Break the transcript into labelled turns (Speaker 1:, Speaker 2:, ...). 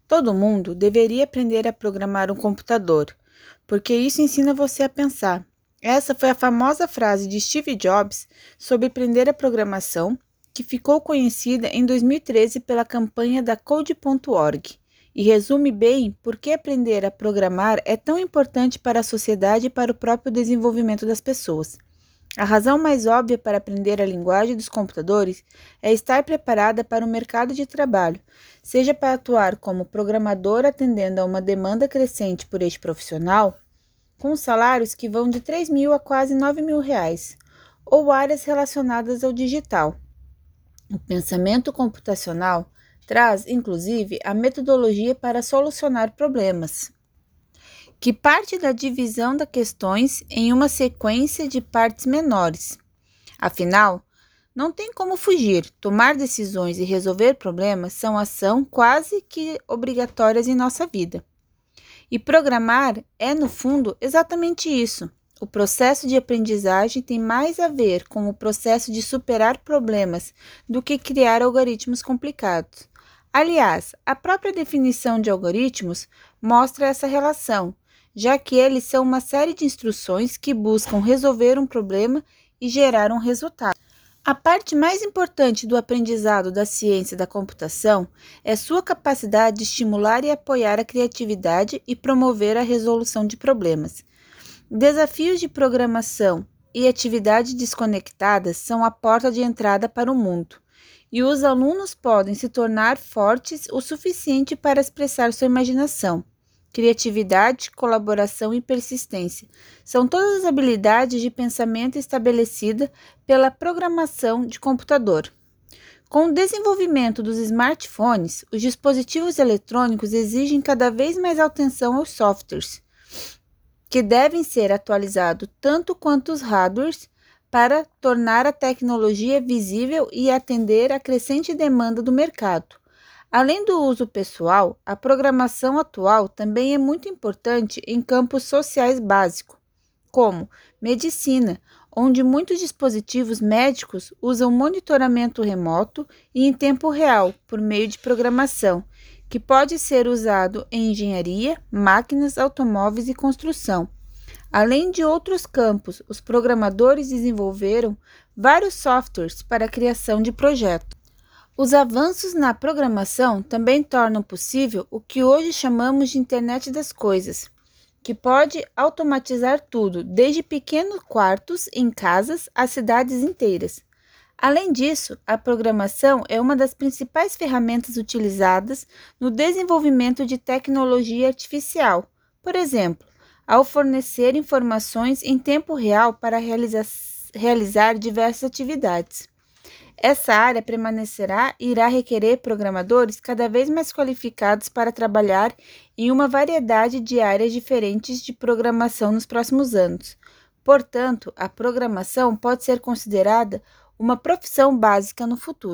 Speaker 1: Todo mundo deveria aprender a programar um computador, porque isso ensina você a pensar. Essa foi a famosa frase de Steve Jobs sobre aprender a programação, que ficou conhecida em 2013 pela campanha da Code.org, e resume bem por que aprender a programar é tão importante para a sociedade e para o próprio desenvolvimento das pessoas. A razão mais óbvia para aprender a linguagem dos computadores é estar preparada para o mercado de trabalho, seja para atuar como programador atendendo a uma demanda crescente por este profissional, com salários que vão de 3 mil a quase 9 mil reais, ou áreas relacionadas ao digital. O pensamento computacional traz, inclusive, a metodologia para solucionar problemas, que parte da divisão das questões em uma sequência de partes menores. Afinal, não tem como fugir. Tomar decisões e resolver problemas são ação quase que obrigatórias em nossa vida. E programar é, no fundo, exatamente isso. O processo de aprendizagem tem mais a ver com o processo de superar problemas do que criar algoritmos complicados. Aliás, a própria definição de algoritmos mostra essa relação, já que eles são uma série de instruções que buscam resolver um problema e gerar um resultado. A parte mais importante do aprendizado da ciência da computação é sua capacidade de estimular e apoiar a criatividade e promover a resolução de problemas. Desafios de programação e atividades desconectadas são a porta de entrada para o mundo, e os alunos podem se tornar fortes o suficiente para expressar sua imaginação. Criatividade, colaboração e persistência são todas as habilidades de pensamento estabelecidas pela programação de computador. Com o desenvolvimento dos smartphones, os dispositivos eletrônicos exigem cada vez mais atenção aos softwares, que devem ser atualizados tanto quanto os hardwares para tornar a tecnologia visível e atender à crescente demanda do mercado. Além do uso pessoal, a programação atual também é muito importante em campos sociais básicos, como medicina, onde muitos dispositivos médicos usam monitoramento remoto e em tempo real por meio de programação, que pode ser usado em engenharia, máquinas, automóveis e construção. Além de outros campos, os programadores desenvolveram vários softwares para a criação de projetos. Os avanços na programação também tornam possível o que hoje chamamos de Internet das Coisas, que pode automatizar tudo, desde pequenos quartos em casas a cidades inteiras. Além disso, a programação é uma das principais ferramentas utilizadas no desenvolvimento de tecnologia artificial, por exemplo, ao fornecer informações em tempo real para realizar diversas atividades. Essa área permanecerá e irá requerer programadores cada vez mais qualificados para trabalhar em uma variedade de áreas diferentes de programação nos próximos anos. Portanto, a programação pode ser considerada uma profissão básica no futuro.